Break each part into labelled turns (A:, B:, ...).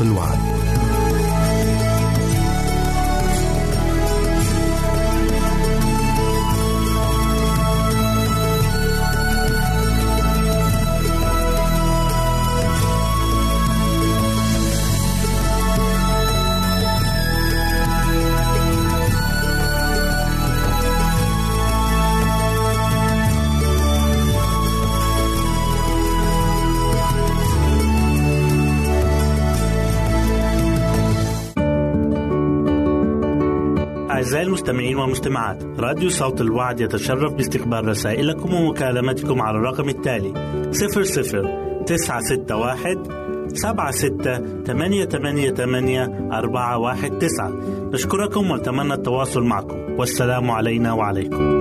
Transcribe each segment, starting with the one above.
A: الوعد.
B: أعزائي المستمعين والمستمعات، راديو صوت الوعد يتشرف باستقبال رسائلكم ومكالمتكم على الرقم التالي 00-961-76-88-419. نشكركم ونتمنى التواصل معكم، والسلام علينا وعليكم.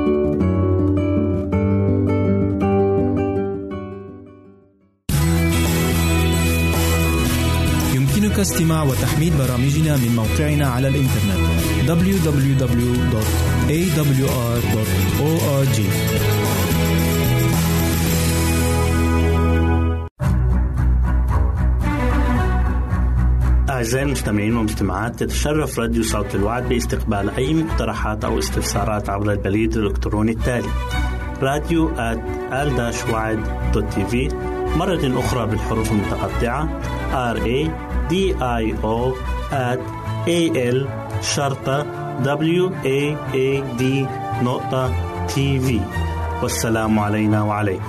C: يمكنك استماع وتحميل برامجنا من موقعنا على الإنترنت www.awr.org.
B: أعزائي المستمعين والمستمعات، تتشرف راديو صوت الوعد باستقبال أي مقترحات أو استفسارات عبر البريد الإلكتروني التالي radio@al-wad.tv، مرة أخرى بالحروف المتقطعة radio@al-wad.tv. والسلام علينا وعليكم.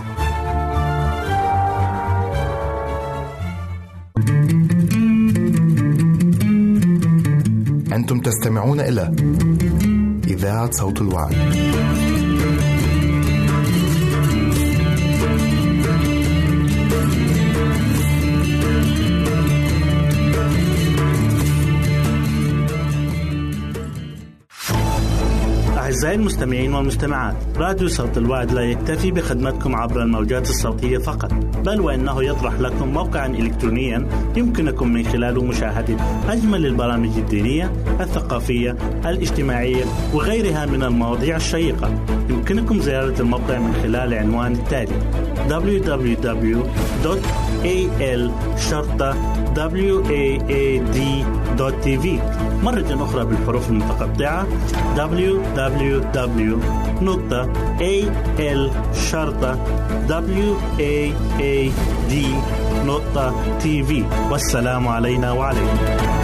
A: أنتم تستمعون إلى إذاعة صوت الوعد.
B: أعزائي المستمعين والمستمعات، راديو صوت الوعد لا يكتفي بخدمتكم عبر الموجات الصوتية فقط، بل وإنه يطرح لكم موقعا إلكترونيا يمكنكم من خلاله مشاهدة أجمل البرامج الدينية، الثقافية، الاجتماعية وغيرها من المواضيع الشيقة. يمكنكم زيارة الموقع من خلال عنوان التالي www.al-wad.tv، مرة أخرى بالحروف المتقطعة www.al-wad.tv. والسلام علينا وعليكم.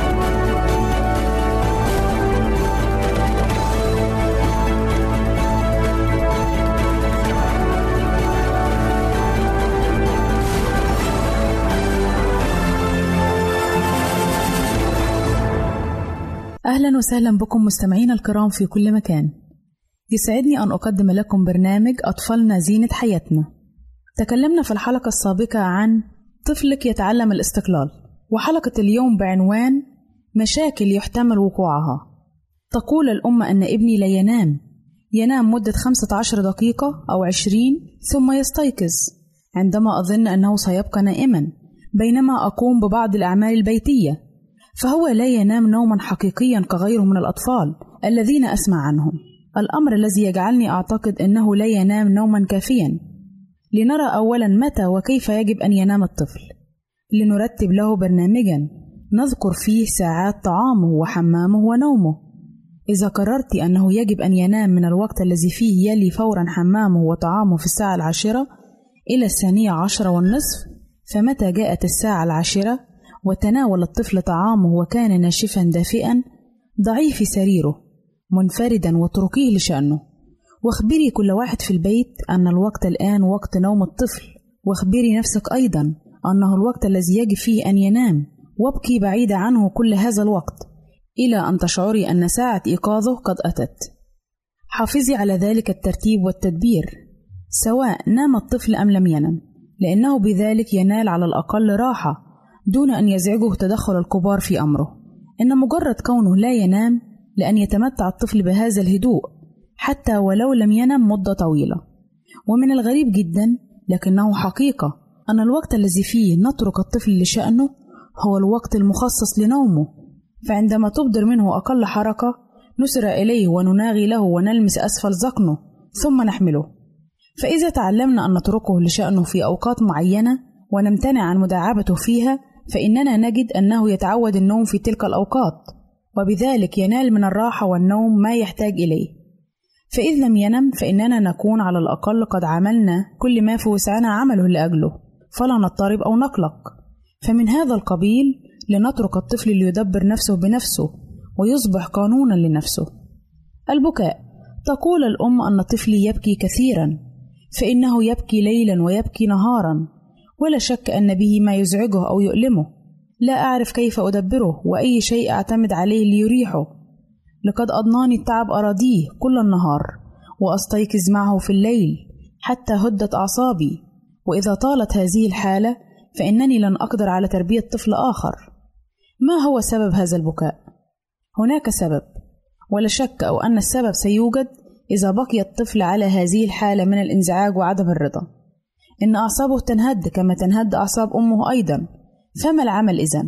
D: أهلا وسهلا بكم مستمعينا الكرام في كل مكان. يسعدني أن أقدم لكم برنامج أطفالنا زينة حياتنا. تكلمنا في الحلقة السابقة عن طفلك يتعلم الاستقلال، وحلقة اليوم بعنوان مشاكل يحتمل وقوعها. تقول الأم أن ابني لا ينام مدة 15 دقيقة أو 20 ثم يستيقظ، عندما أظن أنه سيبقى نائما بينما أقوم ببعض الأعمال البيتية، فهو لا ينام نوما حقيقيا كغيره من الأطفال الذين أسمع عنهم. الأمر الذي يجعلني أعتقد أنه لا ينام نوما كافيا. لنرى أولا متى وكيف يجب أن ينام الطفل، لنرتب له برنامجا نذكر فيه ساعات طعامه وحمامه ونومه. إذا قررت أنه يجب أن ينام من الوقت الذي فيه يلي فورا حمامه وطعامه في الساعة 10 إلى 12:30، فمتى جاءت الساعة 10 وتناول الطفل طعامه وكان ناشفا دافئا ضعي في سريره منفردا واتركيه لشأنه، واخبري كل واحد في البيت أن الوقت الآن وقت نوم الطفل، واخبري نفسك أيضا أنه الوقت الذي يجب فيه أن ينام، وابكي بعيدة عنه كل هذا الوقت إلى أن تشعري أن ساعة إيقاظه قد أتت. حافظي على ذلك الترتيب والتدبير سواء نام الطفل أم لم ينم، لأنه بذلك ينال على الأقل راحة دون أن يزعجه تدخل الكبار في أمره. إن مجرد كونه لا ينام لأن يتمتع الطفل بهذا الهدوء حتى ولو لم ينم مدة طويلة. ومن الغريب جدا لكنه حقيقة أن الوقت الذي فيه نترك الطفل لشأنه هو الوقت المخصص لنومه، فعندما تبدر منه أقل حركة نسرع إليه ونناغي له ونلمس أسفل ذقنه ثم نحمله. فإذا تعلمنا أن نتركه لشأنه في أوقات معينة ونمتنع عن مداعبته فيها فإننا نجد أنه يتعود النوم في تلك الأوقات، وبذلك ينال من الراحة والنوم ما يحتاج إليه. فإذ لم ينم فإننا نكون على الأقل قد عملنا كل ما في وسعنا عمله لأجله، فلا نضطرب أو نقلق. فمن هذا القبيل لنترك الطفل ليدبر نفسه بنفسه ويصبح قانونا لنفسه. البكاء. تقول الأم أن طفلي يبكي كثيرا، فإنه يبكي ليلا ويبكي نهارا، ولا شك أن به ما يزعجه أو يؤلمه. لا أعرف كيف أدبره وأي شيء أعتمد عليه ليريحه. لقد أضناني التعب أراضيه كل النهار، وأستيقظ معه في الليل حتى هدت أعصابي، وإذا طالت هذه الحالة فإنني لن أقدر على تربية طفل آخر. ما هو سبب هذا البكاء؟ هناك سبب، ولا شك أو أن السبب سيوجد إذا بقي الطفل على هذه الحالة من الانزعاج وعدم الرضا. إن أعصابه تنهد كما تنهد أعصاب أمه أيضا. فما العمل إذن؟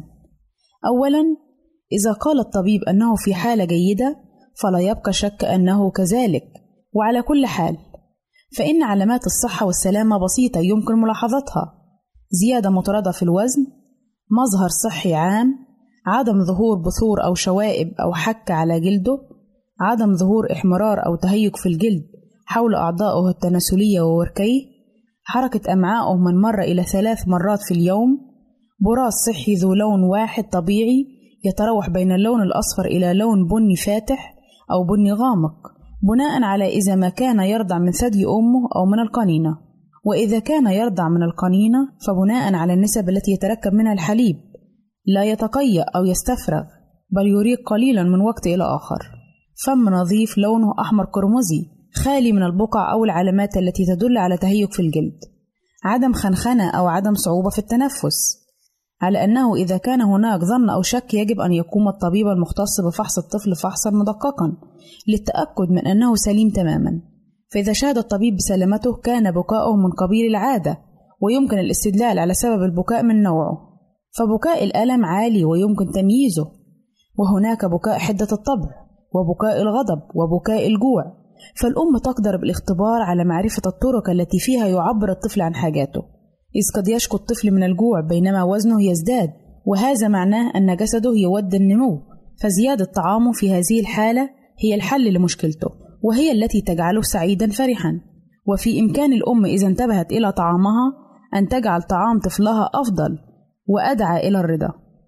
D: أولا، إذا قال الطبيب أنه في حالة جيدة فلا يبقى شك أنه كذلك. وعلى كل حال فإن علامات الصحة والسلامة بسيطة يمكن ملاحظتها: زيادة مطردة في الوزن، مظهر صحي عام، عدم ظهور بثور أو شوائب أو حك على جلده، عدم ظهور إحمرار أو تهيج في الجلد حول أعضائه التناسلية ووركيه، حركة أمعائه من مرة إلى 3 مرات في اليوم، براز صحي ذو لون واحد طبيعي يتراوح بين اللون الأصفر إلى لون بني فاتح أو بني غامق، بناء على إذا ما كان يرضع من ثدي أمه أو من القنينة. وإذا كان يرضع من القنينة فبناء على النسب التي يتركب منها الحليب، لا يتقيأ أو يستفرغ، بل يريق قليلا من وقت إلى آخر. فم نظيف لونه أحمر قرمزي خالي من البقع أو العلامات التي تدل على تهيج في الجلد، عدم خنخنة أو عدم صعوبة في التنفس، على أنه إذا كان هناك ظن أو شك يجب أن يقوم الطبيب المختص بفحص الطفل فحصا مدققا للتأكد من أنه سليم تماما. فإذا شهد الطبيب بسلامته كان بكاؤه من قبيل العادة، ويمكن الاستدلال على سبب البكاء من نوعه. فبكاء الألم عالي ويمكن تمييزه، وهناك بكاء حدة الطبع، وبكاء الغضب، وبكاء الجوع. فالأم تقدر بالاختبار على معرفة الطرق التي فيها يعبر الطفل عن حاجاته، إذ قد يشكو الطفل من الجوع بينما وزنه يزداد، وهذا معناه أن جسده يود النمو، فزيادة طعامه في هذه الحالة هي الحل لمشكلته، وهي التي تجعله سعيدا فرحا. وفي إمكان الأم إذا انتبهت إلى طعامها أن تجعل طعام طفلها أفضل وأدعى إلى الرضا.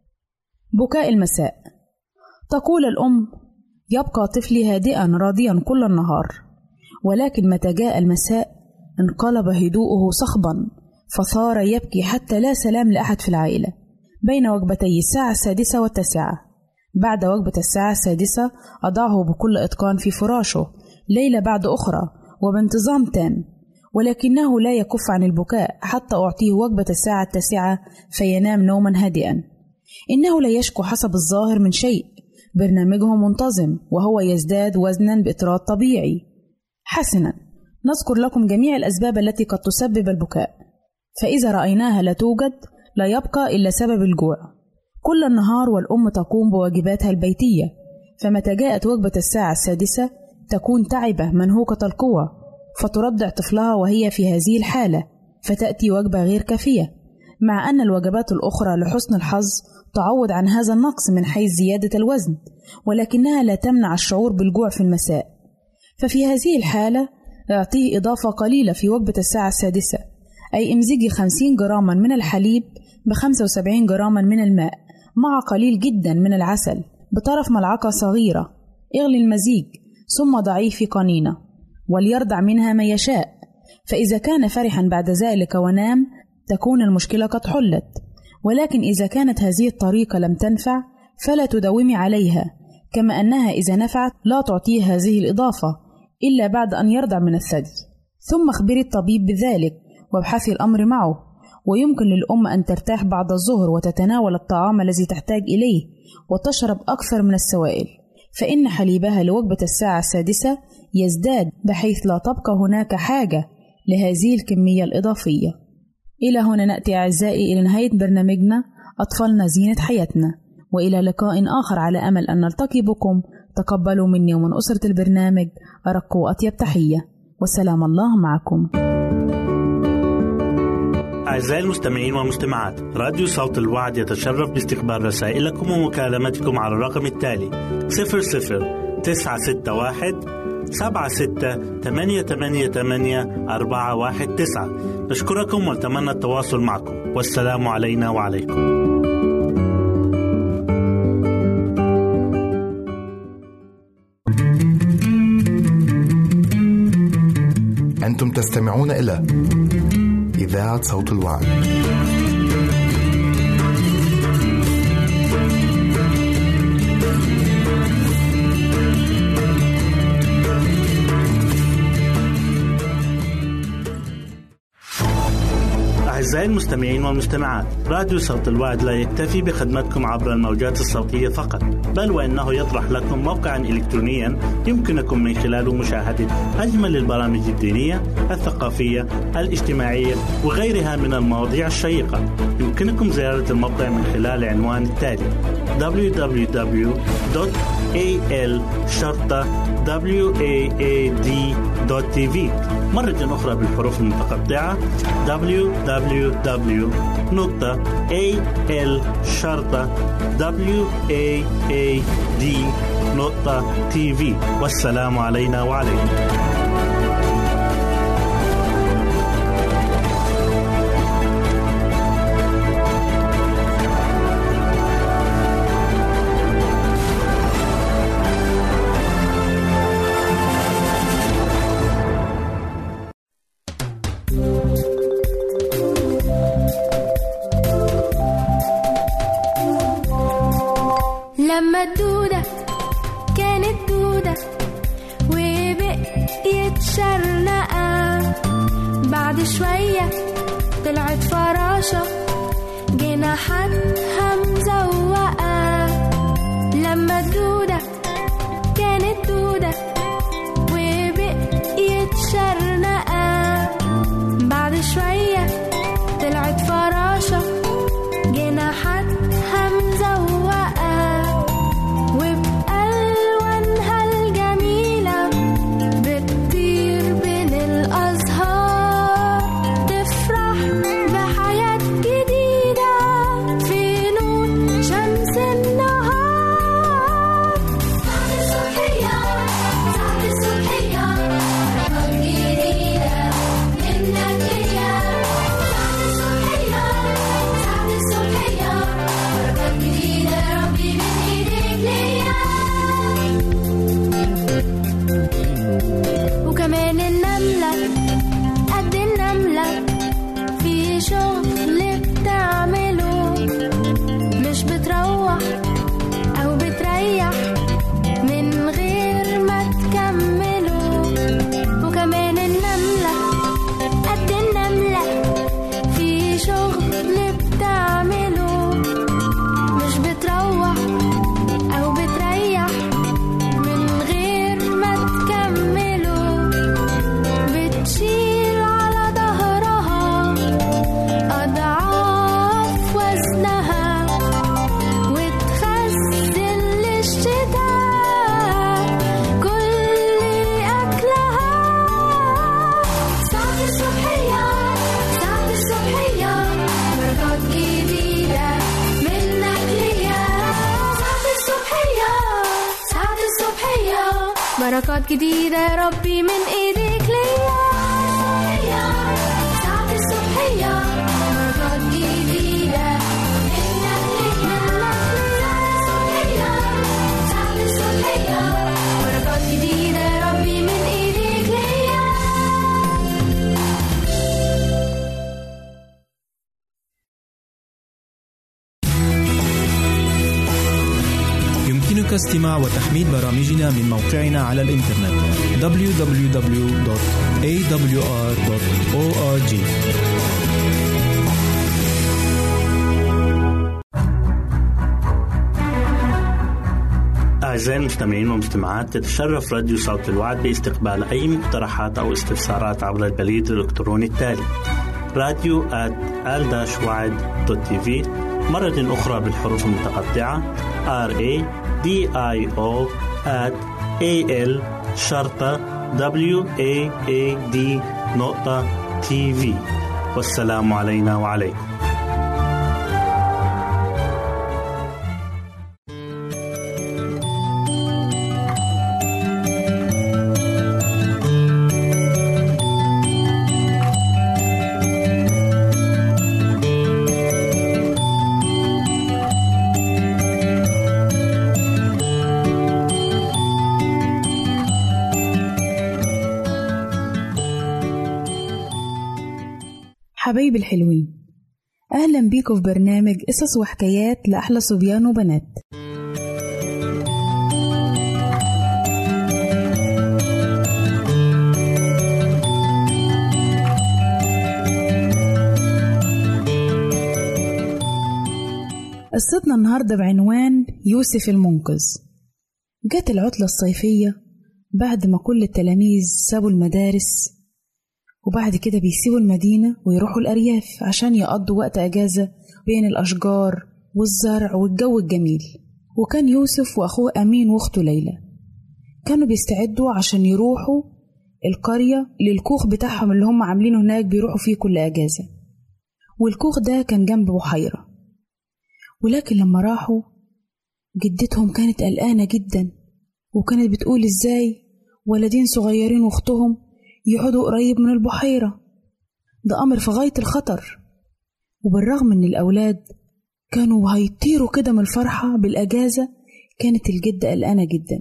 D: بكاء المساء. تقول الأم: يبقى طفلي هادئا راضيا كل النهار، ولكن متى جاء المساء انقلب هدوءه صخبا، فصار يبكي حتى لا سلام لأحد في العائلة بين وجبتي الساعة 6 و9. بعد وجبة الساعة 6 أضعه بكل إتقان في فراشه ليلة بعد أخرى وبانتظام تام، ولكنه لا يكف عن البكاء حتى أعطيه وجبة الساعة 9 فينام نوما هادئا. إنه لا يشكو حسب الظاهر من شيء، برنامجه منتظم وهو يزداد وزنا بإطراد طبيعي. حسنا، نذكر لكم جميع الأسباب التي قد تسبب البكاء، فإذا رأيناها لا توجد لا يبقى إلا سبب الجوع. كل النهار والأم تقوم بواجباتها البيتية، فمتى جاءت وجبة الساعة 6 تكون تعبة منهوكة القوة، فترضع طفلها وهي في هذه الحالة، فتأتي وجبة غير كافية، مع أن الوجبات الأخرى لحسن الحظ تعوض عن هذا النقص من حيث زيادة الوزن، ولكنها لا تمنع الشعور بالجوع في المساء. ففي هذه الحالة اعطيه إضافة قليلة في وجبة الساعة 6، أي امزجي 50 جراما من الحليب ب75 جراما من الماء مع قليل جدا من العسل بطرف ملعقة صغيرة. اغلي المزيج ثم ضعيه في قنينة وليرضع منها ما يشاء، فإذا كان فرحا بعد ذلك ونام تكون المشكلة قد حلت. ولكن إذا كانت هذه الطريقة لم تنفع فلا تداومي عليها، كما أنها إذا نفعت لا تعطيه هذه الإضافة إلا بعد أن يرضع من الثدي. ثم اخبري الطبيب بذلك وابحثي الأمر معه. ويمكن للأم أن ترتاح بعد الظهر وتتناول الطعام الذي تحتاج إليه وتشرب أكثر من السوائل، فإن حليبها لوجبة الساعة 6 يزداد بحيث لا تبقى هناك حاجة لهذه الكمية الإضافية. إلى هنا نأتي أعزائي إلى نهاية برنامجنا أطفالنا زينة حياتنا، وإلى لقاء آخر على أمل أن نلتقي بكم. تقبلوا مني ومن أسرة البرنامج أرق وأطيب تحية، والسلام الله معكم.
B: أعزائي المستمعين والمستمعات، راديو صوت الوعد يتشرف باستقبال رسائلكم ومكالمتكم على الرقم التالي 00-961-76-88-419. نشكركم ونتمنى التواصل معكم، والسلام علينا وعليكم.
A: أنتم تستمعون إلى إذاعة صوت الوعد.
B: أعزائي المستمعين والمستمعات، راديو صوت الوعد لا يكتفي بخدمتكم عبر الموجات الصوتية فقط، بل وإنه يطرح لكم موقعا إلكترونيا يمكنكم من خلاله مشاهدة أجمل البرامج الدينية، الثقافية، الاجتماعية وغيرها من المواضيع الشيقة. يمكنكم زيارة الموقع من خلال عنوان التالي www.al-waad.tv. مرة أخرى بالحروف المتقطعة www.al-waad.tv. والسلام علينا وعليكم.
E: لما الدودة كانت دودة وبقيت شرنقة، بعد شوية طلعت فراشة جناحاتها مزوقة. لما الدودة كانت دودة وبقيت شرنقة، بعد شوية طلعت فراشة جناحاتها مزوقة. بركات جديدة ربي من إيديك ليا. ساعة الصبحية بركات جديدة منك ليا. ساعة الصبحية بركات جديدة ربي من إيديك ليا.
C: يمكنك استماع وتحميل برامجنا من موقعنا على الإنترنت www.awr.org.
B: أعزائي المستمعين والمستمعات، تتشرف راديو صوت الوعد باستقبال أي مقترحات أو استفسارات عبر البريد الإلكتروني التالي radio@al-waad.tv. مرة أخرى بالحروف المتقطعة radio@al-waad.tv. والسلام علينا وعليكم.
D: حبايبي الحلوين، أهلا بيكم في برنامج قصص وحكايات لأحلى صبيان وبنات. قصتنا النهاردة بعنوان يوسف المنقذ. جت العطلة الصيفية بعد ما كل التلاميذ سابوا المدارس، وبعد كده بيسيبوا المدينة ويروحوا الأرياف عشان يقضوا وقت أجازة بين الأشجار والزرع والجو الجميل. وكان يوسف وأخوه أمين وأخته ليلى كانوا بيستعدوا عشان يروحوا القرية للكوخ بتاعهم اللي هم عاملينه هناك بيروحوا فيه كل أجازة. والكوخ ده كان جنب بحيرة، ولكن لما راحوا جدتهم كانت قلقانة جدا، وكانت بتقول إزاي ولدين صغيرين واختهم يقعدوا قريب من البحيرة، ده أمر في غاية الخطر. وبالرغم إن الأولاد كانوا هيطيروا كده من الفرحة بالأجازة، كانت الجدة قلقانة جدا.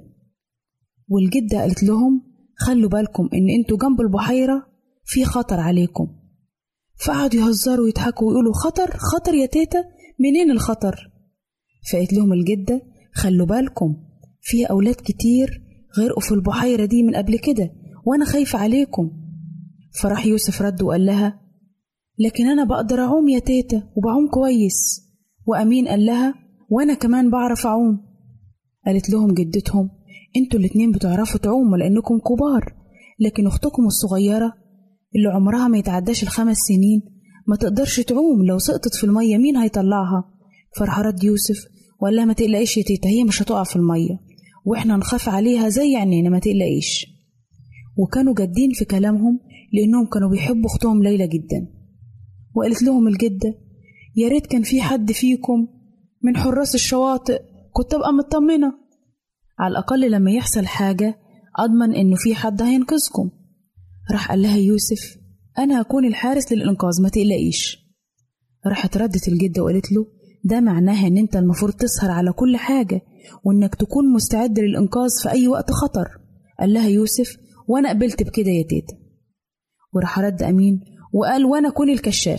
D: والجدة قالت لهم خلوا بالكم إن انتوا جنب البحيرة في خطر عليكم. فقعدوا يهزروا ويضحكوا ويقولوا خطر خطر يا تيتا، منين الخطر؟ فقالت لهم الجدة خلوا بالكم في أولاد كتير غرقوا في البحيرة دي من قبل كده، وأنا خايفة عليكم. فراح يوسف رد وقال لها لكن أنا بقدر أعوم يا تيتا وبعوم كويس. وأمين قال لها وأنا كمان بعرف أعوم. قالت لهم جدتهم انتوا الاتنين بتعرفوا تعوموا لأنكم كبار، لكن أختكم الصغيرة اللي عمرها ما يتعداش 5 سنين ما تقدرش تعوم، لو سقطت في المية مين هيطلعها؟ فراح رد يوسف وقال لها ما تقلقيش يا تيتا، هي مش هتقع في المية وإحنا نخاف عليها زي عينينا، ما تقلقيش. وكانوا جادين في كلامهم لأنهم كانوا بيحبوا أختهم ليلى جدا. وقالت لهم الجدة يا ريت كان في حد فيكم من حراس الشواطئ كنت أبقى مطمنة، على الأقل لما يحصل حاجة أضمن إنه في حد هينقذكم. راح قال لها يوسف أنا هكون الحارس للإنقاذ ما تقلقيش. راحت ردت الجدة وقالت له ده معناها إن أنت المفروض تسهر على كل حاجة وإنك تكون مستعد للإنقاذ في أي وقت خطر. قال لها يوسف وأنا قبلت بكده يا تيتا. وراح رد أمين وقال وأنا أكون الكشاف.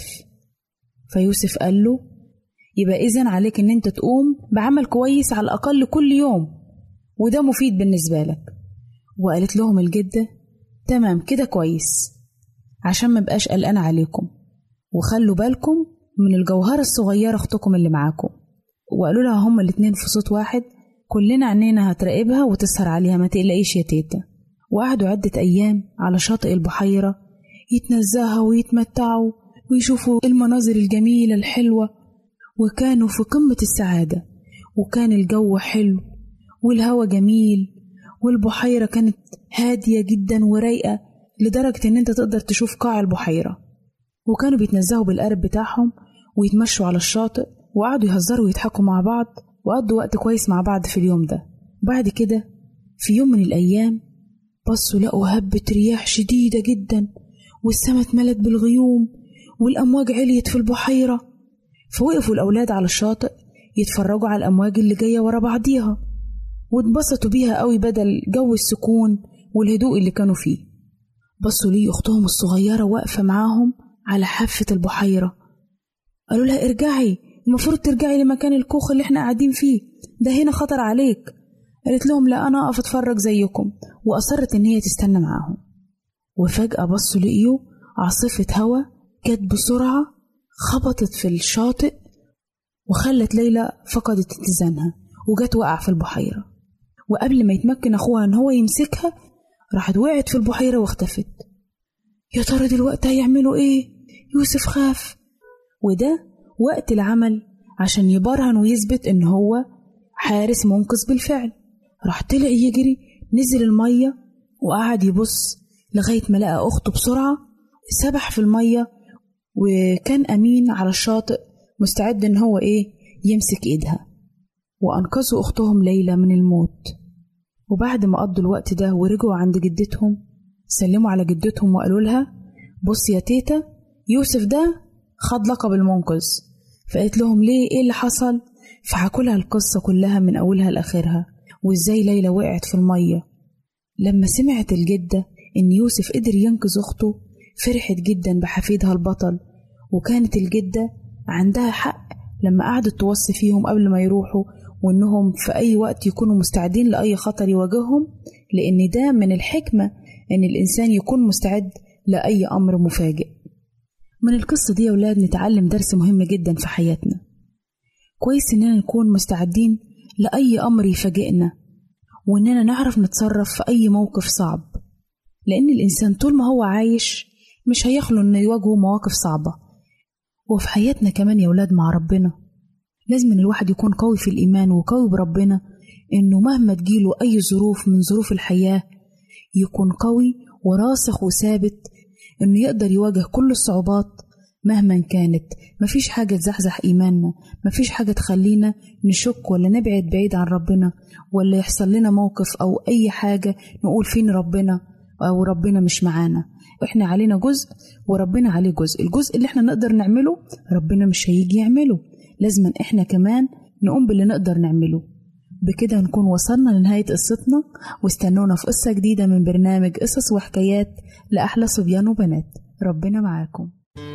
D: فيوسف قال له يبقى إذن عليك إن أنت تقوم بعمل كويس على الأقل كل يوم، وده مفيد بالنسبة لك. وقالت لهم الجدة تمام كده كويس عشان ما بقاش قلقان عليكم، وخلوا بالكم من الجوهرة الصغيرة أختكم اللي معاكم. وقالوا لها هما الاتنين في صوت واحد كلنا عينينا هتراقبها وتسهر عليها ما تقلقيش يا تيتا. وقعدوا عدة أيام على شاطئ البحيرة يتنزهوا ويتمتعوا ويشوفوا المناظر الجميلة الحلوة، وكانوا في قمة السعادة. وكان الجو حلو والهواء جميل، والبحيرة كانت هادية جدا ورايقة لدرجة ان انت تقدر تشوف قاع البحيرة. وكانوا بيتنزهوا بالقارب بتاعهم ويتمشوا على الشاطئ، وقعدوا يهزروا ويضحكوا مع بعض وقضوا وقت كويس مع بعض في اليوم ده. بعد كده في يوم من الأيام بصوا لقوا هبة رياح شديدة جدا، والسماء اتملت بالغيوم والأمواج عليت في البحيرة. فوقفوا الأولاد على الشاطئ يتفرجوا على الأمواج اللي جاية ورا بعضيها، واتبسطوا بيها قوي بدل جو السكون والهدوء اللي كانوا فيه. بصوا ليه أختهم الصغيرة واقفة معاهم على حافة البحيرة. قالوا لها ارجعي، المفروض ترجعي لمكان الكوخ اللي احنا قاعدين فيه، ده هنا خطر عليك. قالت لهم لا أنا أقف أتفرج زيكم، وأصرت إن هي تستنى معاهم. وفجأة بصوا لقيوا عاصفة هوا جت بسرعة خبطت في الشاطئ وخلت ليلى فقدت اتزانها وجت وقع في البحيرة. وقبل ما يتمكن أخوها إن هو يمسكها راحت وقعت في البحيرة واختفت. يا ترى دلوقتي هيعملوا إيه؟ يوسف خاف، وده وقت العمل عشان يبرهن ويثبت إن هو حارس منقذ بالفعل. راح طلع يجري، نزل المية وقعد يبص لغاية ما لقى أخته بسرعة، سبح في المية وكان أمين على الشاطئ مستعد إن هو يمسك إيدها، وأنقذوا أختهم ليلى من الموت. وبعد ما قضوا الوقت ده ورجعوا عند جدتهم، سلموا على جدتهم وقالوا لها: بص يا تيتا، يوسف ده خد لقب المنقذ. فقالت لهم: ليه؟ إيه اللي حصل؟ فحكوا لها القصة كلها من أولها لآخرها، وإزاي ليلى وقعت في المية. لما سمعت الجدة إن يوسف قدر ينقذ أخته فرحت جدا بحفيدها البطل، وكانت الجدة عندها حق لما قعدت توصي فيهم قبل ما يروحوا، وإنهم في أي وقت يكونوا مستعدين لأي خطر يواجههم، لأن ده من الحكمة إن الإنسان يكون مستعد لأي أمر مفاجئ. من القصة دي يا أولاد نتعلم درس مهم جدا في حياتنا. كويس إننا نكون مستعدين لأي أمر يفاجئنا، وإننا نعرف نتصرف في أي موقف صعب، لأن الإنسان طول ما هو عايش مش هيخلو إنه يواجهه مواقف صعبة. وفي حياتنا كمان يا أولاد مع ربنا لازم إن الواحد يكون قوي في الإيمان وقوي بربنا، إنه مهما تجيله أي ظروف من ظروف الحياة يكون قوي وراسخ وثابت، إنه يقدر يواجه كل الصعوبات مهما كانت. مفيش حاجة تزحزح إيماننا، مفيش حاجة تخلينا نشك ولا نبعد بعيد عن ربنا، ولا يحصل لنا موقف أو أي حاجة نقول فين ربنا أو ربنا مش معانا. إحنا علينا جزء وربنا عليه جزء. الجزء اللي إحنا نقدر نعمله ربنا مش هيجي يعمله، لازم إحنا كمان نقوم باللي نقدر نعمله. بكده نكون وصلنا لنهاية قصتنا، واستنونا في قصة جديدة من برنامج قصص وحكايات لأحلى صبيان وبنات. ربنا معاكم.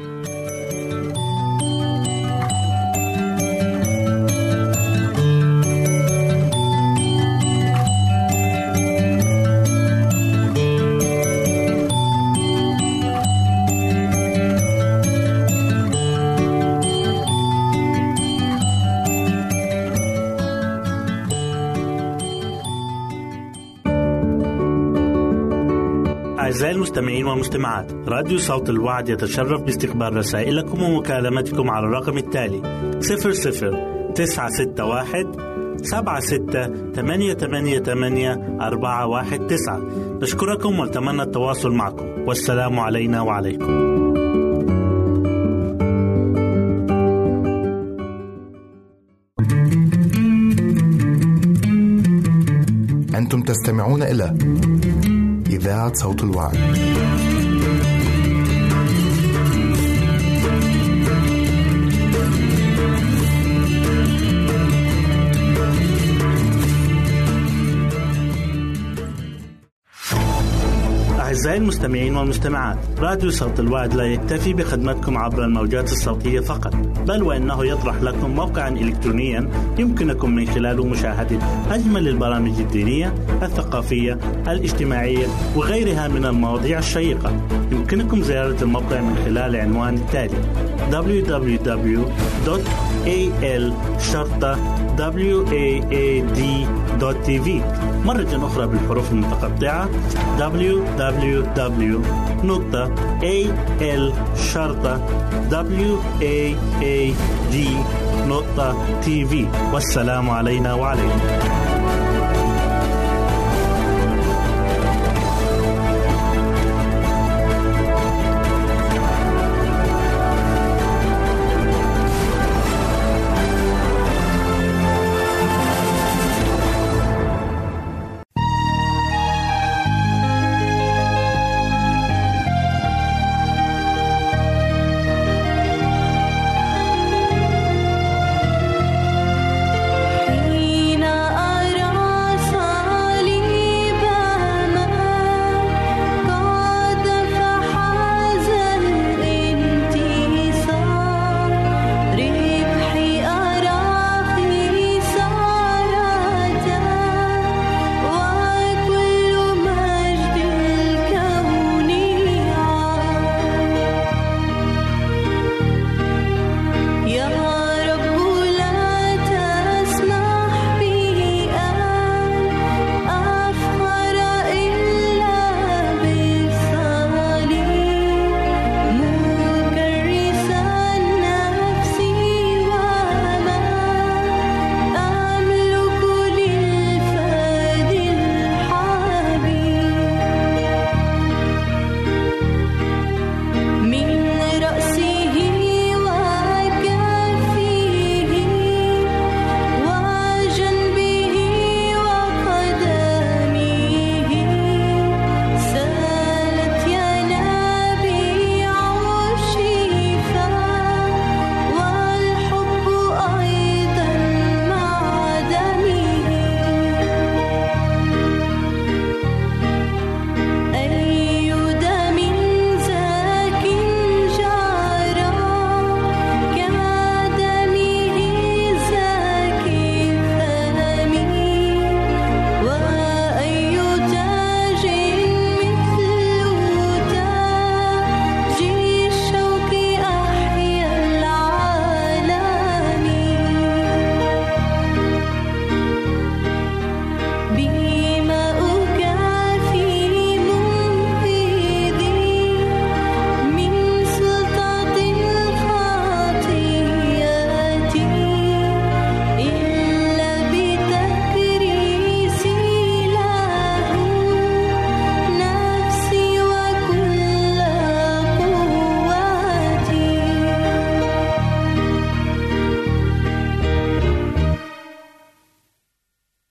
B: أعزائي المستمعين والمستمعات، راديو صوت الوعد يتشرف باستقبال رسائلكم ومكالمتكم على الرقم التالي 00961 76888419. نشكركم ونتمنى التواصل معكم، والسلام علينا وعليكم.
A: أنتم تستمعون إلى إذاعة صوت الوعد.
B: أعزائي المستمعين والمستمعات، راديو صوت الوعد لا يكتفي بخدمتكم عبر الموجات الصوتية فقط، بل وإنه يطرح لكم موقعا إلكترونيا يمكنكم من خلاله مشاهدة أجمل البرامج الدينية، الثقافية، الاجتماعية وغيرها من المواضيع الشيقة. يمكنكم زيارة الموقع من خلال العنوان التالي www.al-waad.tv. مرة أخرى بالحروف المتقطعة www.al-waad.tv. والسلام علينا وعليكم.
E: حين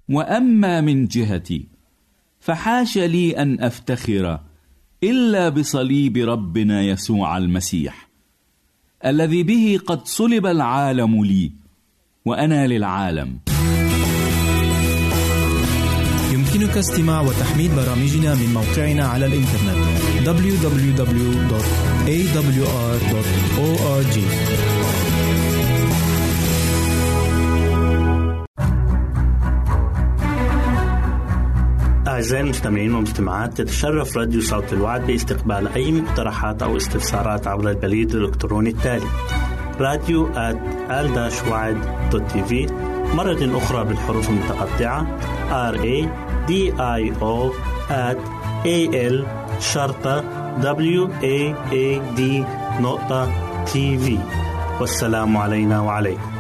F: وأما من جهتي فحاش لي أن أفتخر إلا بصليب ربنا يسوع المسيح، الذي به قد صلب العالم لي وأنا للعالم.
C: يمكنك استماع وتحميل برامجنا من موقعنا على الإنترنت www.awr.org.
B: أعزائي المستمعين والمستمعات، تتشرف راديو صوت الوعد باستقبال أي مقترحات أو استفسارات عبر البريد الإلكتروني التالي radio@al-wad.tv، مرة أخرى بالحروف المتقطعة radio@al-wad.tv. والسلام علينا وعليكم.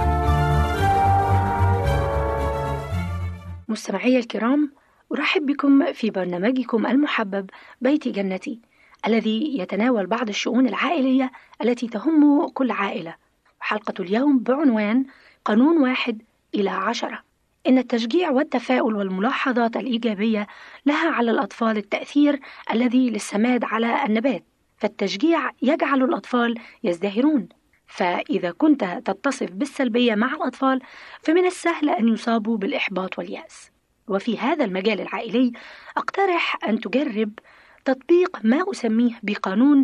G: مستمعي الكرام، أرحب بكم في برنامجكم المحبب بيت جنتي، الذي يتناول بعض الشؤون العائلية التي تهم كل عائلة. حلقة اليوم بعنوان قانون 1-10. إن التشجيع والتفاؤل والملاحظات الإيجابية لها على الأطفال التأثير الذي للسماد على النبات، فالتشجيع يجعل الأطفال يزدهرون. فإذا كنت تتصف بالسلبية مع الأطفال فمن السهل أن يصابوا بالإحباط واليأس. وفي هذا المجال العائلي أقترح أن تجرب تطبيق ما أسميه بقانون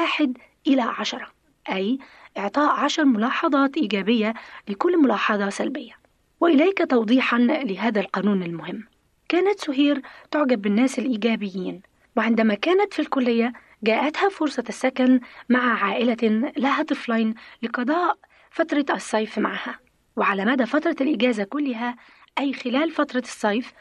G: 1-10، أي إعطاء 10 ملاحظات إيجابية لكل ملاحظة سلبية. وإليك توضيحا لهذا القانون المهم. كانت سهير تعجب بالناس الإيجابيين، وعندما كانت في الكلية جاءتها فرصة السكن مع عائلة لها طفلين لقضاء فترة الصيف معها. وعلى مدى فترة الإجازة كلها، أي خلال فترة الصيف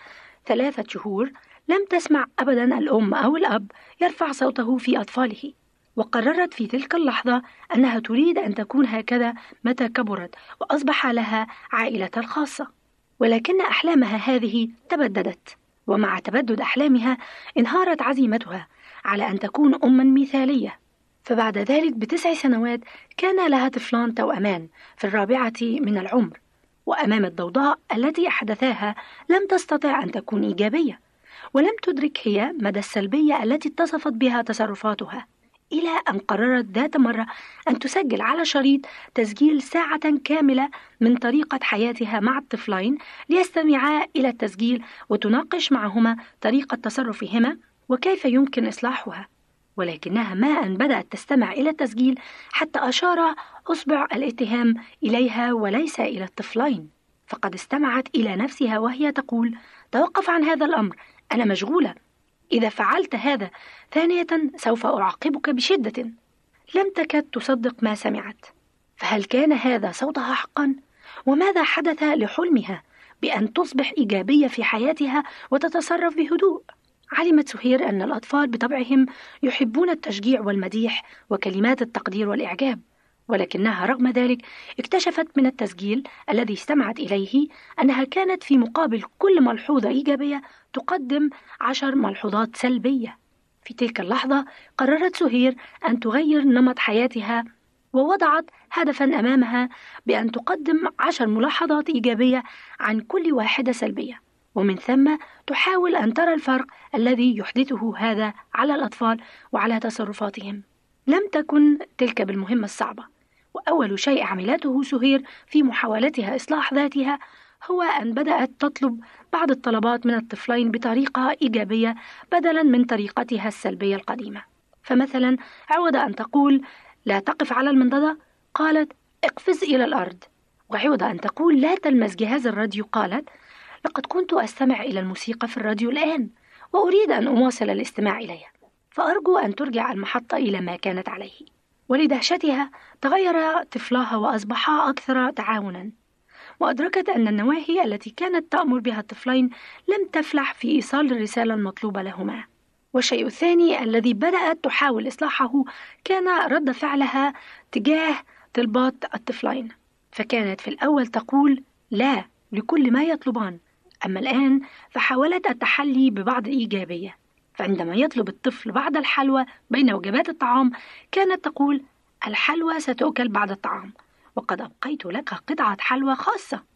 G: 3 شهور، لم تسمع أبدا الأم أو الأب يرفع صوته في أطفاله. وقررت في تلك اللحظة أنها تريد أن تكون هكذا متى كبرت وأصبح لها عائلتها الخاصة. ولكن أحلامها هذه تبددت، ومع تبدد أحلامها انهارت عزيمتها على أن تكون أما مثالية. فبعد ذلك ب9 سنوات كان لها طفلان توأمان في 4 من العمر، وأمام الضوضاء التي أحدثاها لم تستطع أن تكون إيجابية، ولم تدرك هي مدى السلبية التي اتصفت بها تصرفاتها، إلى أن قررت ذات مرة أن تسجل على شريط تسجيل ساعة كاملة من طريقة حياتها مع الطفلين ليستمعا إلى التسجيل وتناقش معهما طريقة تصرفهما وكيف يمكن إصلاحها. ولكنها ما أن بدأت تستمع إلى التسجيل حتى أشار أصبع الاتهام إليها وليس إلى الطفلين، فقد استمعت إلى نفسها وهي تقول: توقف عن هذا الأمر، أنا مشغولة، إذا فعلت هذا ثانية سوف أعاقبك بشدة. لم تكد تصدق ما سمعت. فهل كان هذا صوتها حقا؟ وماذا حدث لحلمها بأن تصبح إيجابية في حياتها وتتصرف بهدوء؟ علمت سهير أن الأطفال بطبعهم يحبون التشجيع والمديح وكلمات التقدير والإعجاب، ولكنها رغم ذلك اكتشفت من التسجيل الذي استمعت إليه أنها كانت في مقابل كل ملحوظة إيجابية تقدم 10 ملحوظات سلبية. في تلك اللحظة قررت سهير أن تغير نمط حياتها، ووضعت هدفا أمامها بأن تقدم 10 ملاحظات إيجابية عن كل واحدة سلبية، ومن ثم تحاول أن ترى الفرق الذي يحدثه هذا على الأطفال وعلى تصرفاتهم. لم تكن تلك بالمهمة الصعبة، وأول شيء عملته سهير في محاولتها إصلاح ذاتها هو أن بدأت تطلب بعض الطلبات من الطفلين بطريقة إيجابية بدلا من طريقتها السلبية القديمة. فمثلا عوض أن تقول لا تقف على المنضدة قالت اقفز إلى الأرض، وعوض أن تقول لا تلمس جهاز الراديو قالت لقد كنت أستمع إلى الموسيقى في الراديو الآن وأريد أن أواصل الاستماع إليها، فأرجو أن ترجع المحطة إلى ما كانت عليه. ولدهشتها تغير طفلها وأصبحا أكثر تعاونا، وأدركت أن النواهي التي كانت تأمر بها الطفلين لم تفلح في إيصال الرسالة المطلوبة لهما. والشيء الثاني الذي بدأت تحاول إصلاحه كان رد فعلها تجاه طلبات الطفلين، فكانت في الأول تقول لا لكل ما يطلبان، أما الآن فحاولت التحلي ببعض الإيجابية. فعندما يطلب الطفل بعض الحلوى بين وجبات الطعام كانت تقول الحلوى ستؤكل بعد الطعام، وقد أبقيت لك قطعة حلوى خاصة.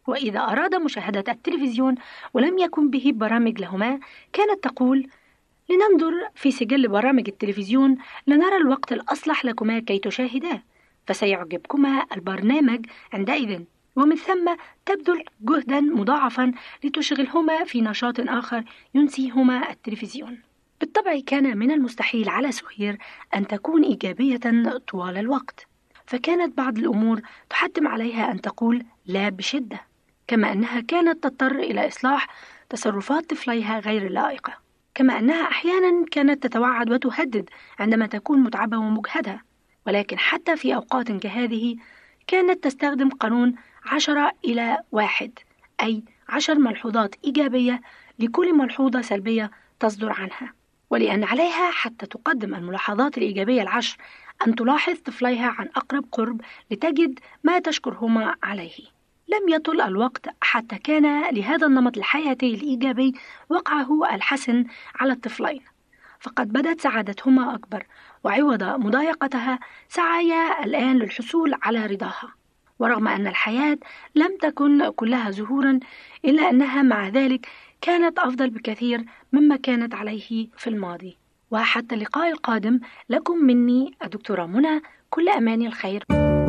G: وإذا أراد مشاهدة التلفزيون ولم يكن به برامج لهما كانت تقول: لننظر في سجل برامج التلفزيون لنرى الوقت الأصلح لكما كي تشاهداه، فسيعجبكما البرنامج عندئذ، ومن ثم تبذل جهدا مضاعفا لتشغلهما في نشاط آخر ينسيهما التلفزيون. بالطبع كان من المستحيل على سهير أن تكون إيجابية طوال الوقت، فكانت بعض الأمور تحتم عليها أن تقول لا بشدة، كما أنها كانت تضطر إلى إصلاح تصرفات طفليها غير اللائقة، كما أنها أحيانا كانت تتوعد وتهدد عندما تكون متعبة ومجهدة. ولكن حتى في أوقات كهذه كانت تستخدم قانون 10-1، أي 10 ملحوظات إيجابية لكل ملحوظة سلبية تصدر عنها. ولأن عليها حتى تقدم الملاحظات الإيجابية 10 أن تلاحظ طفليها عن أقرب قرب لتجد ما تشكرهما عليه. لم يطل الوقت حتى كان لهذا النمط الحياتي الإيجابي وقعه الحسن على الطفلين، فقد بدت سعادتهما أكبر، وعوض مضايقتها سعيا الآن للحصول على رضاها. ورغم أن الحياة لم تكن كلها زهورا، إلا أنها مع ذلك كانت أفضل بكثير مما كانت عليه في الماضي. وحتى اللقاء القادم، لكم مني الدكتورة منى كل أماني الخير.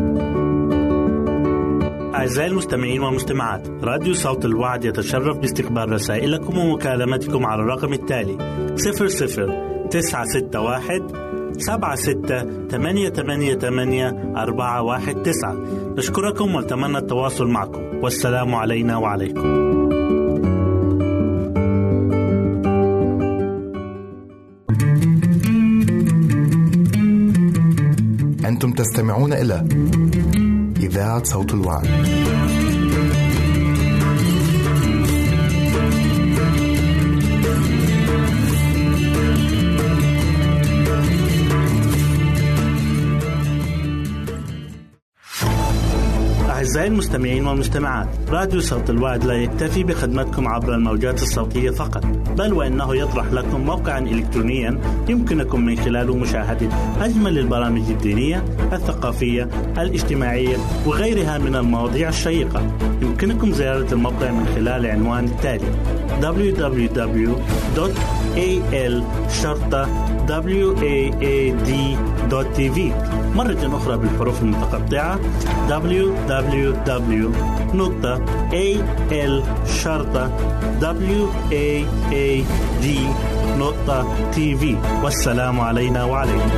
B: أعزائي المستمعين والمستمعات، راديو صوت الوعد يتشرف باستقبال رسائلكم ومكالمتكم على الرقم التالي 00-961-76-88-419. نشكركم ونتمنى التواصل معكم، والسلام علينا وعليكم.
A: أنتم تستمعون إلى إذاعة صوت الوعد.
B: أعزائي المستمعين والمستمعات، راديو صوت الوعد لا يكتفي بخدمتكم عبر الموجات الصوتية فقط، بل وإنه يطرح لكم موقعا إلكترونيا يمكنكم من خلاله مشاهدة أجمل البرامج الدينية، الثقافية، الاجتماعية وغيرها من المواضيع الشيقة. يمكنكم زيارة الموقع من خلال العنوان التالي www.al-waad.tv، مرة أخرى بالحروف المتقطعة www.al-waad.tv. والسلام علينا وعليكم.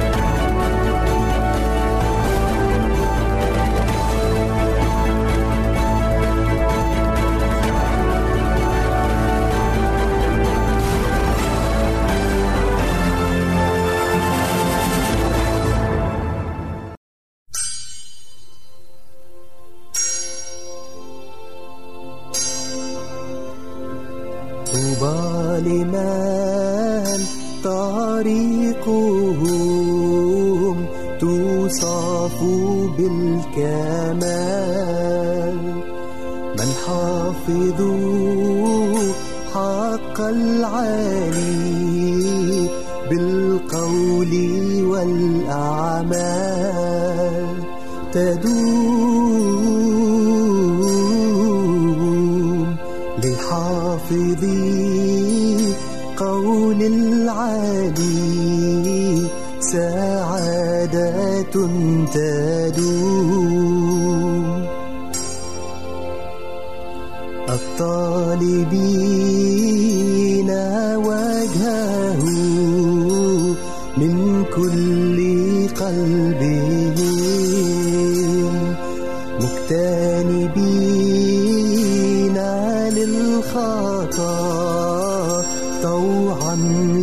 H: لمن طريقهم توصف بالكمال، من حافظوا حق العالي بالقول والأعمال، تدوم لحافظي قول العالي سعادة تدوم، الطالبين وجهه من كل قلبهم، مجتنبين للخطأ طوعا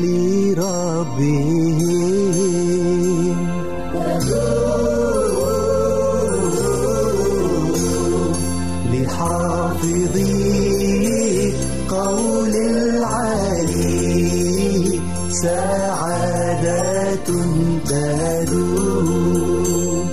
H: لربهم، لحافظي قول العالي سعادة تدوم.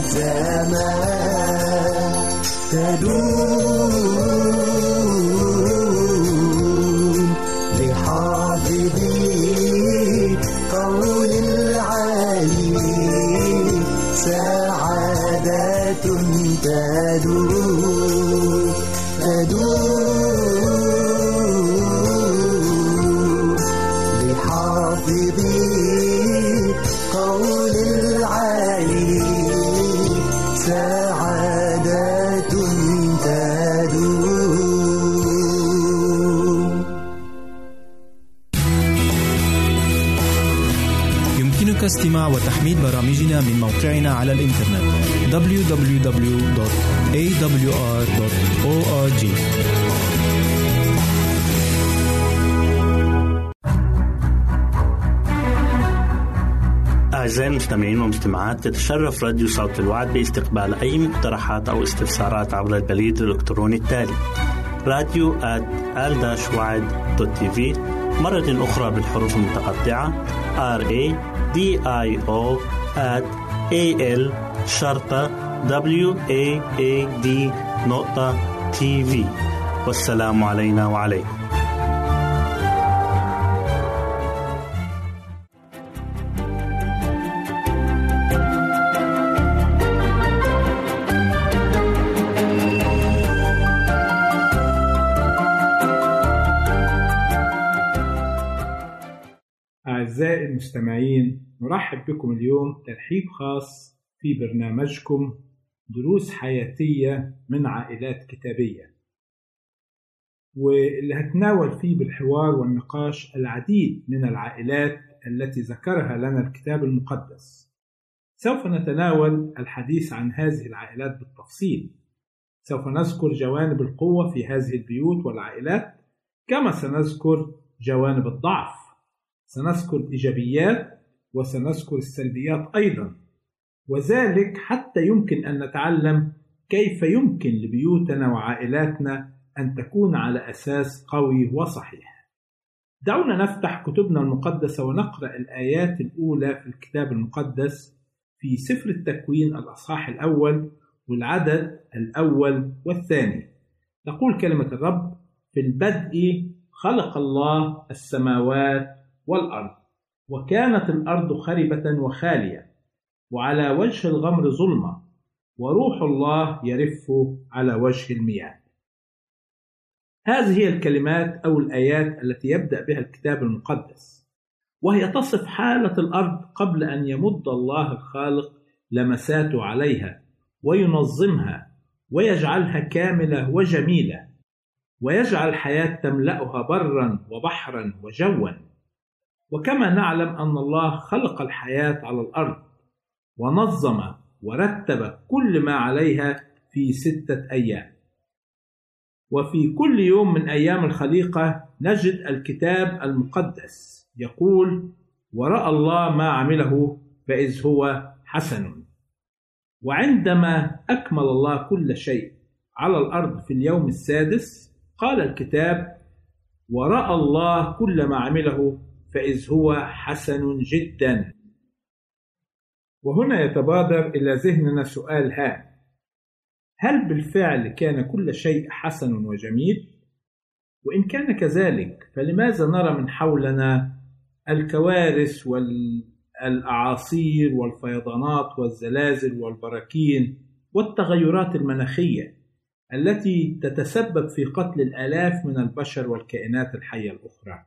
H: الزمان تدوم لحافظي قول العالي سعادة تدوم لحافظي قول العالي سعادة تدوم.
C: يمكنك استماع وتحميل برامجنا من موقعنا على الإنترنت www.awr.org.
B: أعزائي المستمعين والمستمعات، تتشرف راديو صوت الوعد باستقبال أي مقترحات أو استفسارات عبر البريد الإلكتروني التالي radio@al-wad.tv، مرة أخرى بالحروف المتقطعة radio@al-wad.tv. والسلام علينا وعليكم.
I: أعزائي المستمعين، نرحب بكم اليوم ترحيب خاص في برنامجكم دروس حياتية من عائلات كتابية، واللي هتناول فيه بالحوار والنقاش العديد من العائلات التي ذكرها لنا الكتاب المقدس. سوف نتناول الحديث عن هذه العائلات بالتفصيل، سوف نذكر جوانب القوة في هذه البيوت والعائلات، كما سنذكر جوانب الضعف، سنذكر الإيجابيات وسنذكر السلبيات أيضا، وذلك حتى يمكن أن نتعلم كيف يمكن لبيوتنا وعائلاتنا أن تكون على أساس قوي وصحيح. دعونا نفتح كتبنا المقدسة ونقرأ الآيات الأولى في الكتاب المقدس في سفر التكوين الأصحاح الأول والعدد الأول والثاني. تقول كلمة الرب: في البدء خلق الله السماوات والأرض، وكانت الأرض خربة وخالية، وعلى وجه الغمر ظلمة، وروح الله يرف على وجه المياه. هذه هي الكلمات أو الآيات التي يبدأ بها الكتاب المقدس، وهي تصف حالة الأرض قبل أن يمد الله الخالق لمساته عليها وينظمها ويجعلها كاملة وجميلة، ويجعل الحياة تملأها برا وبحرا وجوا. وكما نعلم أن الله خلق الحياة على الأرض ونظم ورتب كل ما عليها في 6 أيام. وفي كل يوم من أيام الخليقة نجد الكتاب المقدس يقول: ورأى الله ما عمله فإذ هو حسن. وعندما أكمل الله كل شيء على الأرض في اليوم السادس، قال الكتاب: ورأى الله كل ما عمله فإذ هو حسن جدا. وهنا يتبادر إلى ذهننا سؤال هام: هل بالفعل كان كل شيء حسن وجميل؟ وإن كان كذلك، فلماذا نرى من حولنا الكوارث والأعاصير والفيضانات والزلازل والبراكين والتغيرات المناخية التي تتسبب في قتل الآلاف من البشر والكائنات الحية الأخرى؟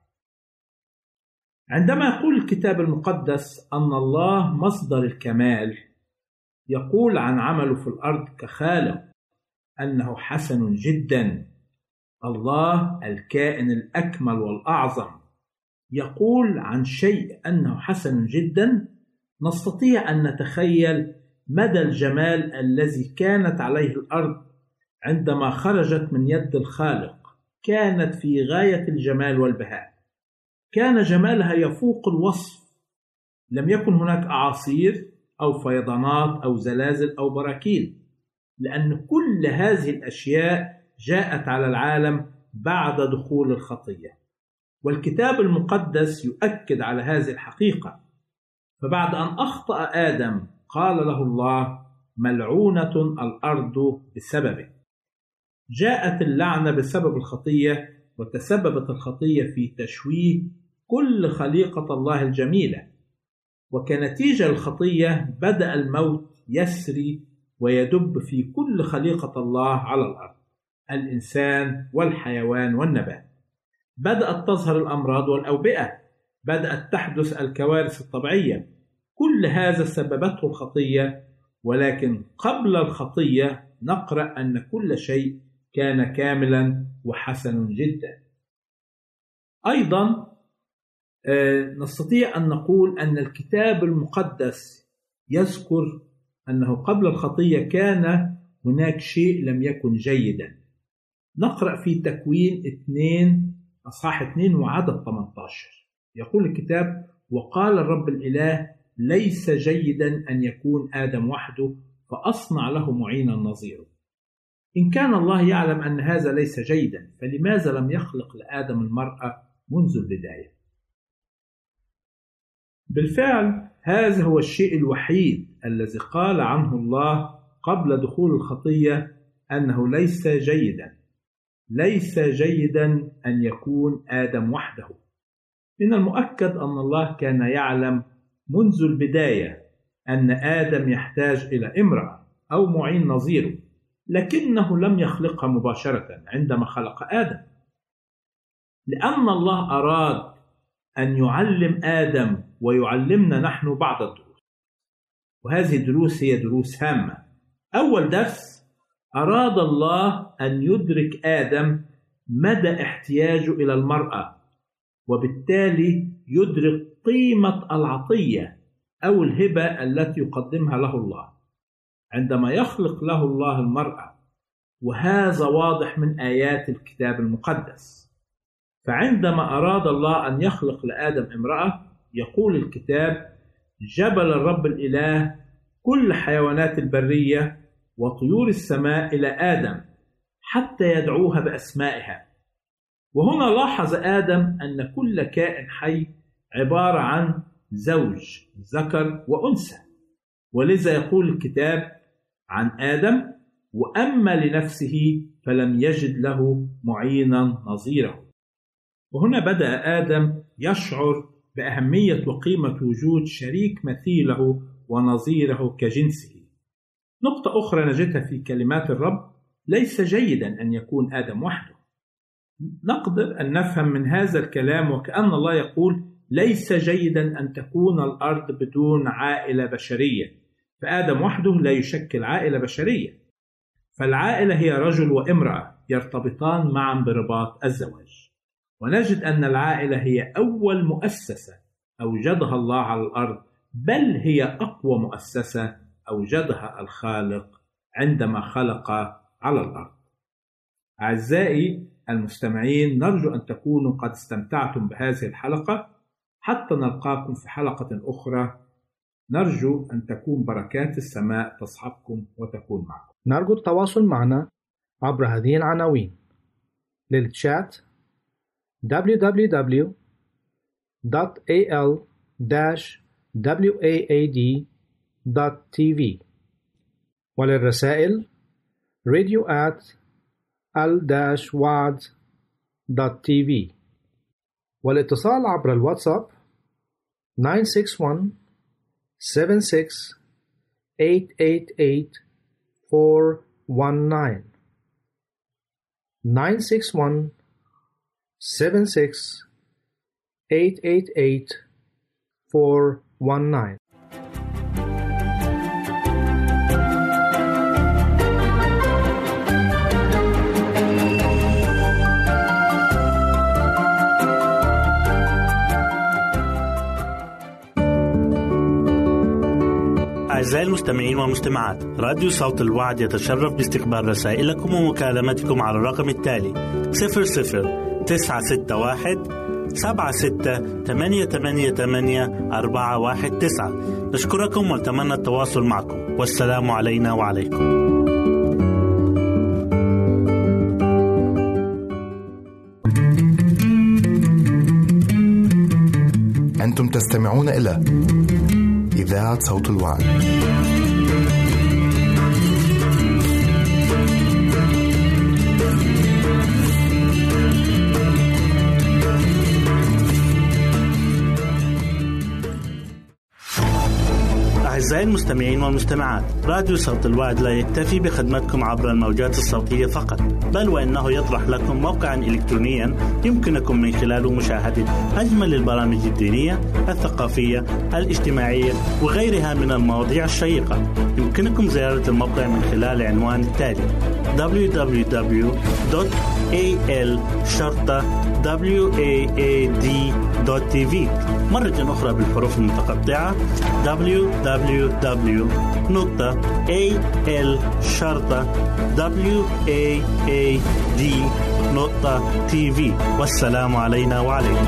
I: عندما يقول الكتاب المقدس أن الله مصدر الكمال، يقول عن عمله في الأرض كخالق أنه حسن جدا. الله الكائن الأكمل والأعظم يقول عن شيء أنه حسن جدا، نستطيع أن نتخيل مدى الجمال الذي كانت عليه الأرض عندما خرجت من يد الخالق. كانت في غاية الجمال والبهاء، كان جمالها يفوق الوصف. لم يكن هناك أعاصير أو فيضانات أو زلازل أو براكين، لأن كل هذه الأشياء جاءت على العالم بعد دخول الخطية، والكتاب المقدس يؤكد على هذه الحقيقة. فبعد أن أخطأ آدم قال له الله: ملعونة الأرض بسببه. جاءت اللعنة بسبب الخطية، وتسببت الخطية في تشويه كل خليقة الله الجميلة، وكنتيجة الخطية بدأ الموت يسري ويدب في كل خليقة الله على الأرض، الإنسان والحيوان والنبات. بدأت تظهر الأمراض والأوبئة، بدأت تحدث الكوارث الطبيعية، كل هذا سببته الخطية. ولكن قبل الخطية نقرأ أن كل شيء كان كاملا وحسن جدا. أيضا نستطيع أن نقول أن الكتاب المقدس يذكر أنه قبل الخطية كان هناك شيء لم يكن جيدا. نقرأ في تكوين 2 أصحاح 2 وعدد 18، يقول الكتاب: وقال الرب الإله ليس جيدا أن يكون آدم وحده، فأصنع له معينا نظيره. إن كان الله يعلم أن هذا ليس جيدا، فلماذا لم يخلق لآدم المرأة منذ البداية؟ بالفعل هذا هو الشيء الوحيد الذي قال عنه الله قبل دخول الخطية أنه ليس جيدا، ليس جيدا أن يكون آدم وحده. من المؤكد أن الله كان يعلم منذ البداية أن آدم يحتاج إلى امرأة أو معين نظيره، لكنه لم يخلقها مباشرة عندما خلق آدم، لأن الله أراد أن يعلم آدم ويعلمنا نحن بعض الدروس، وهذه الدروس هي دروس هامة. أول درس: أراد الله أن يدرك آدم مدى احتياجه إلى المرأة، وبالتالي يدرك قيمة العطية أو الهبة التي يقدمها له الله عندما يخلق له الله المرأة، وهذا واضح من آيات الكتاب المقدس. فعندما أراد الله أن يخلق لآدم امرأة، يقول الكتاب: جبل الرب الإله كل حيوانات البرية وطيور السماء إلى آدم حتى يدعوها بأسمائها. وهنا لاحظ آدم أن كل كائن حي عبارة عن زوج ذكر وأنثى، ولذا يقول الكتاب عن آدم: وأما لنفسه فلم يجد له معينا نظيره. وهنا بدأ آدم يشعر بأهمية وقيمة وجود شريك مثيله ونظيره كجنسه. نقطة أخرى نجدها في كلمات الرب: ليس جيدا أن يكون آدم وحده. نقدر أن نفهم من هذا الكلام وكأن الله يقول: ليس جيدا أن تكون الأرض بدون عائلة بشرية، فآدم وحده لا يشكل عائلة بشرية، فالعائلة هي رجل وامرأة يرتبطان معا برباط الزواج. ونجد أن العائلة هي أول مؤسسة أوجدها الله على الأرض، بل هي أقوى مؤسسة أوجدها الخالق عندما خلق على الأرض. أعزائي المستمعين، نرجو أن تكونوا قد استمتعتم بهذه الحلقة. حتى نلقاكم في حلقة أخرى، نرجو أن تكون بركات السماء تصحبكم وتكون معكم.
J: نرجو التواصل معنا عبر هذه العناوين: للتشات www.al-waad.tv، وللرسائل radio@al-waad.tv، والاتصال عبر الواتساب 961-76-888-419 961-76-888-419.
B: أعزائي المستمعين والمستمعات، راديو صوت الوعد يتشرف باستقبال رسائلكم ومكالمتكم على الرقم التالي: 00-961-76-88-419. نشكركم ونتمنى التواصل معكم، والسلام علينا وعليكم.
A: أنتم تستمعون إلى إذاعة صوت الوعد.
B: المستمعين والمستمعات، راديو صوت الوعد لا يكتفي بخدمتكم عبر الموجات الصوتية فقط، بل وإنه يطرح لكم موقعا إلكترونيا يمكنكم من خلاله مشاهدة أجمل البرامج الدينية، الثقافية، الاجتماعية وغيرها من المواضيع الشيقة. يمكنكم زيارة الموقع من خلال العنوان التالي: www.al-waad.tv. مرة أخرى بالحروف المتقطعة: www.al-waad.tv. والسلام علينا وعليكم.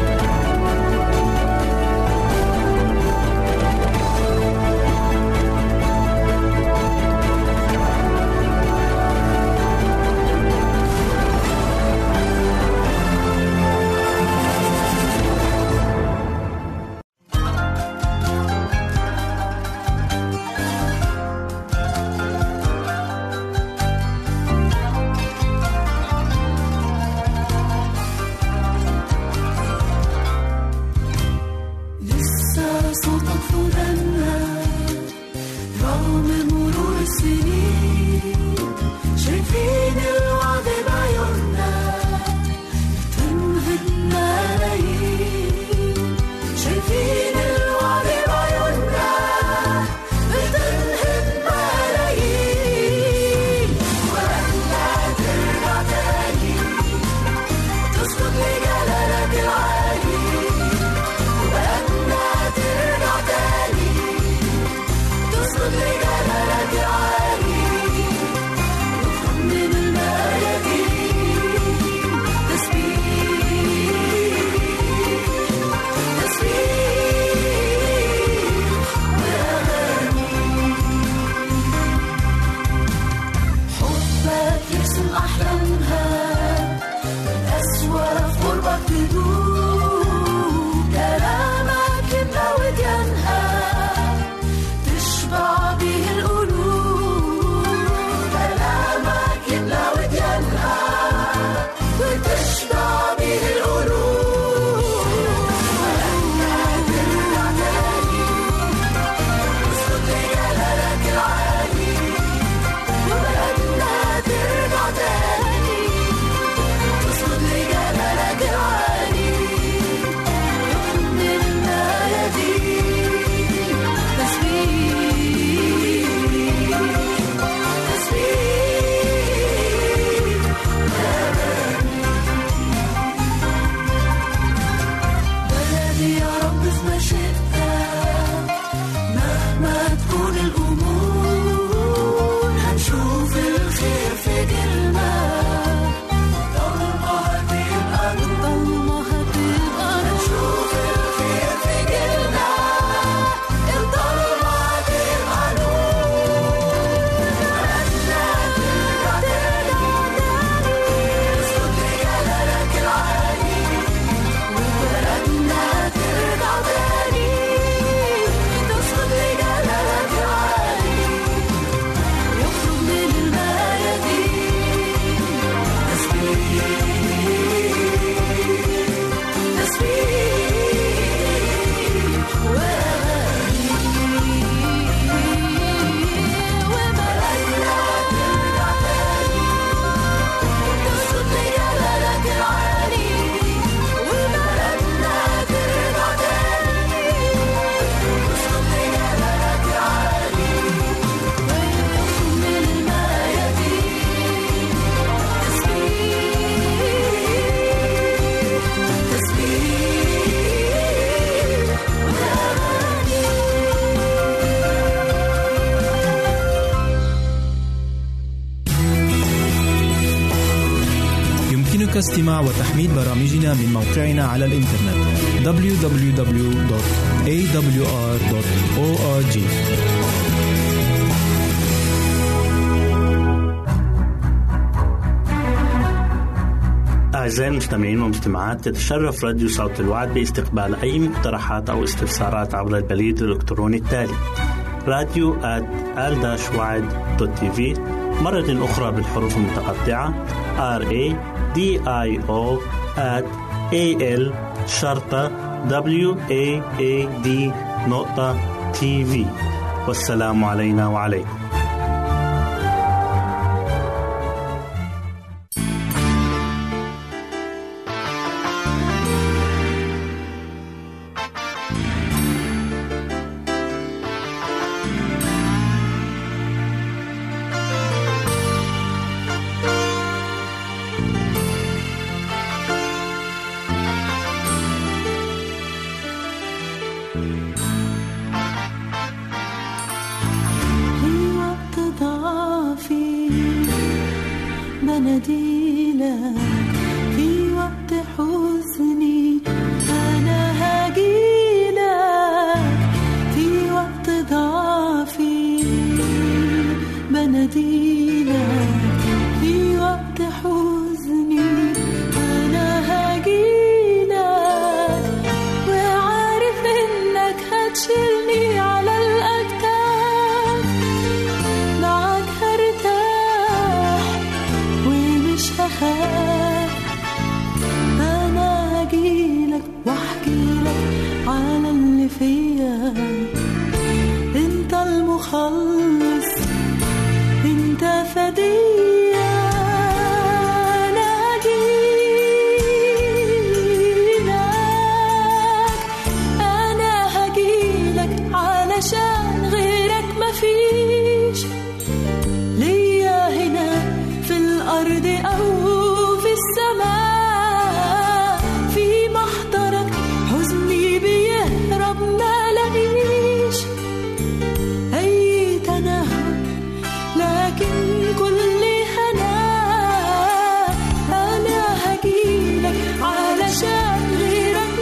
C: استماع وتحميل برامجنا من موقعنا على الإنترنت www.awr.org.
B: أعزائي المستمعين والمستمعات، تتشرف راديو صوت الوعد باستقبال أي مقترحات أو استفسارات عبر البريد الإلكتروني التالي: radio@al-waad.tv. مرة أخرى بالحروف المتقطعة: radio@al-waad.tv. والسلام علينا وعليكم.
K: بناديلك في وقت حزني، أنا هجيلك في وقت ضعفي. بناديلك في وقت حزني، أنا هجيلك وعارف إنك هتشيلني على الأكتاف. معاك هرتاح ومش هخاف. أنا هجيلك واحكيلك على اللي فيا. انت المخلص، انت فدية. أنا هجيلك علشان غيرك مفيش ليا هنا في الأرض أو في السماء. في محضرك حزني بيهرب ما لاقيش أي تنهد، لكن كل هنا. أنا هجيلك علشان غيرك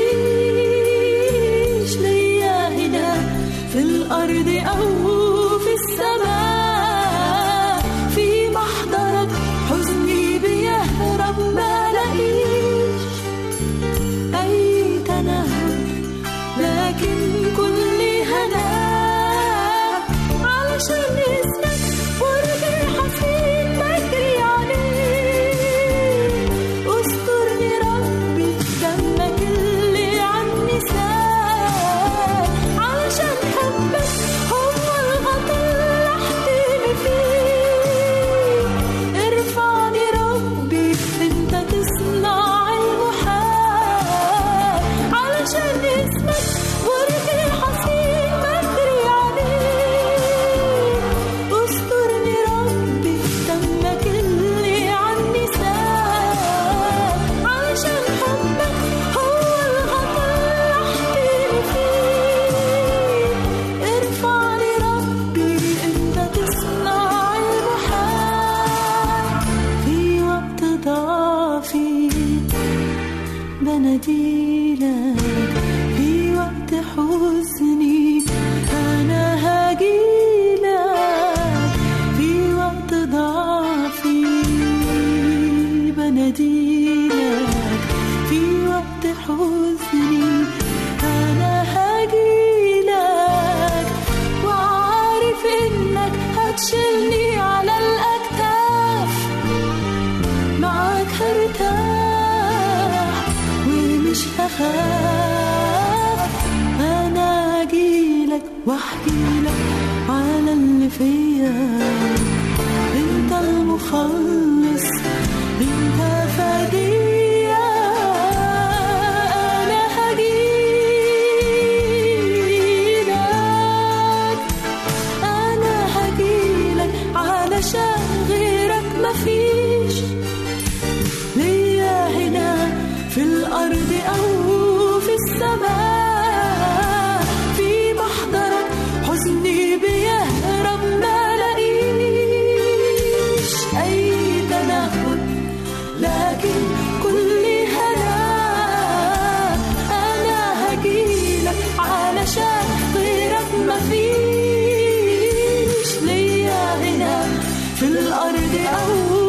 K: مفيش ليا هنا في الأرض أو في السماء. في محضرك حزني بيهرب ما لاقيش أي تنهد، لكن كل هنا علشان اسمك ورد حصين بجري عليه. استرني ربي دمك اللي عني سال، علشان حبك هو الغطا اللي احتمي فيه. ارفعني ربي انت تصنع المحال، علشان اسمك ورد حصين بجري عليه. استرني ربي دمك اللي عني سال، علشان حبك هو الغطا اللي احتمي فيه. ارفعني ربي انت تصنع المحال. في وقت ضعفي بناديلك، في وقت حزني أنا هجيلك. في وقت ضعفي بناديلك، في وقت حزني أنا هجيلك وعارف إنك هتشيلني على الأكتاف. معاك هرتاح ومش هخاف. أنا هجيلك واحكيلك على اللي فيا. انت المخلص، انت فدية. أنا هجيلك علشان غيرك مفيش ليا هنا في الأرض أو في السماء. في محضرك حزني بيهرب ما لاقيش أي تنهد، لكن كل هنا. أنا هجيلك علشان غيرك مفيش ليا هنا في الأرض أو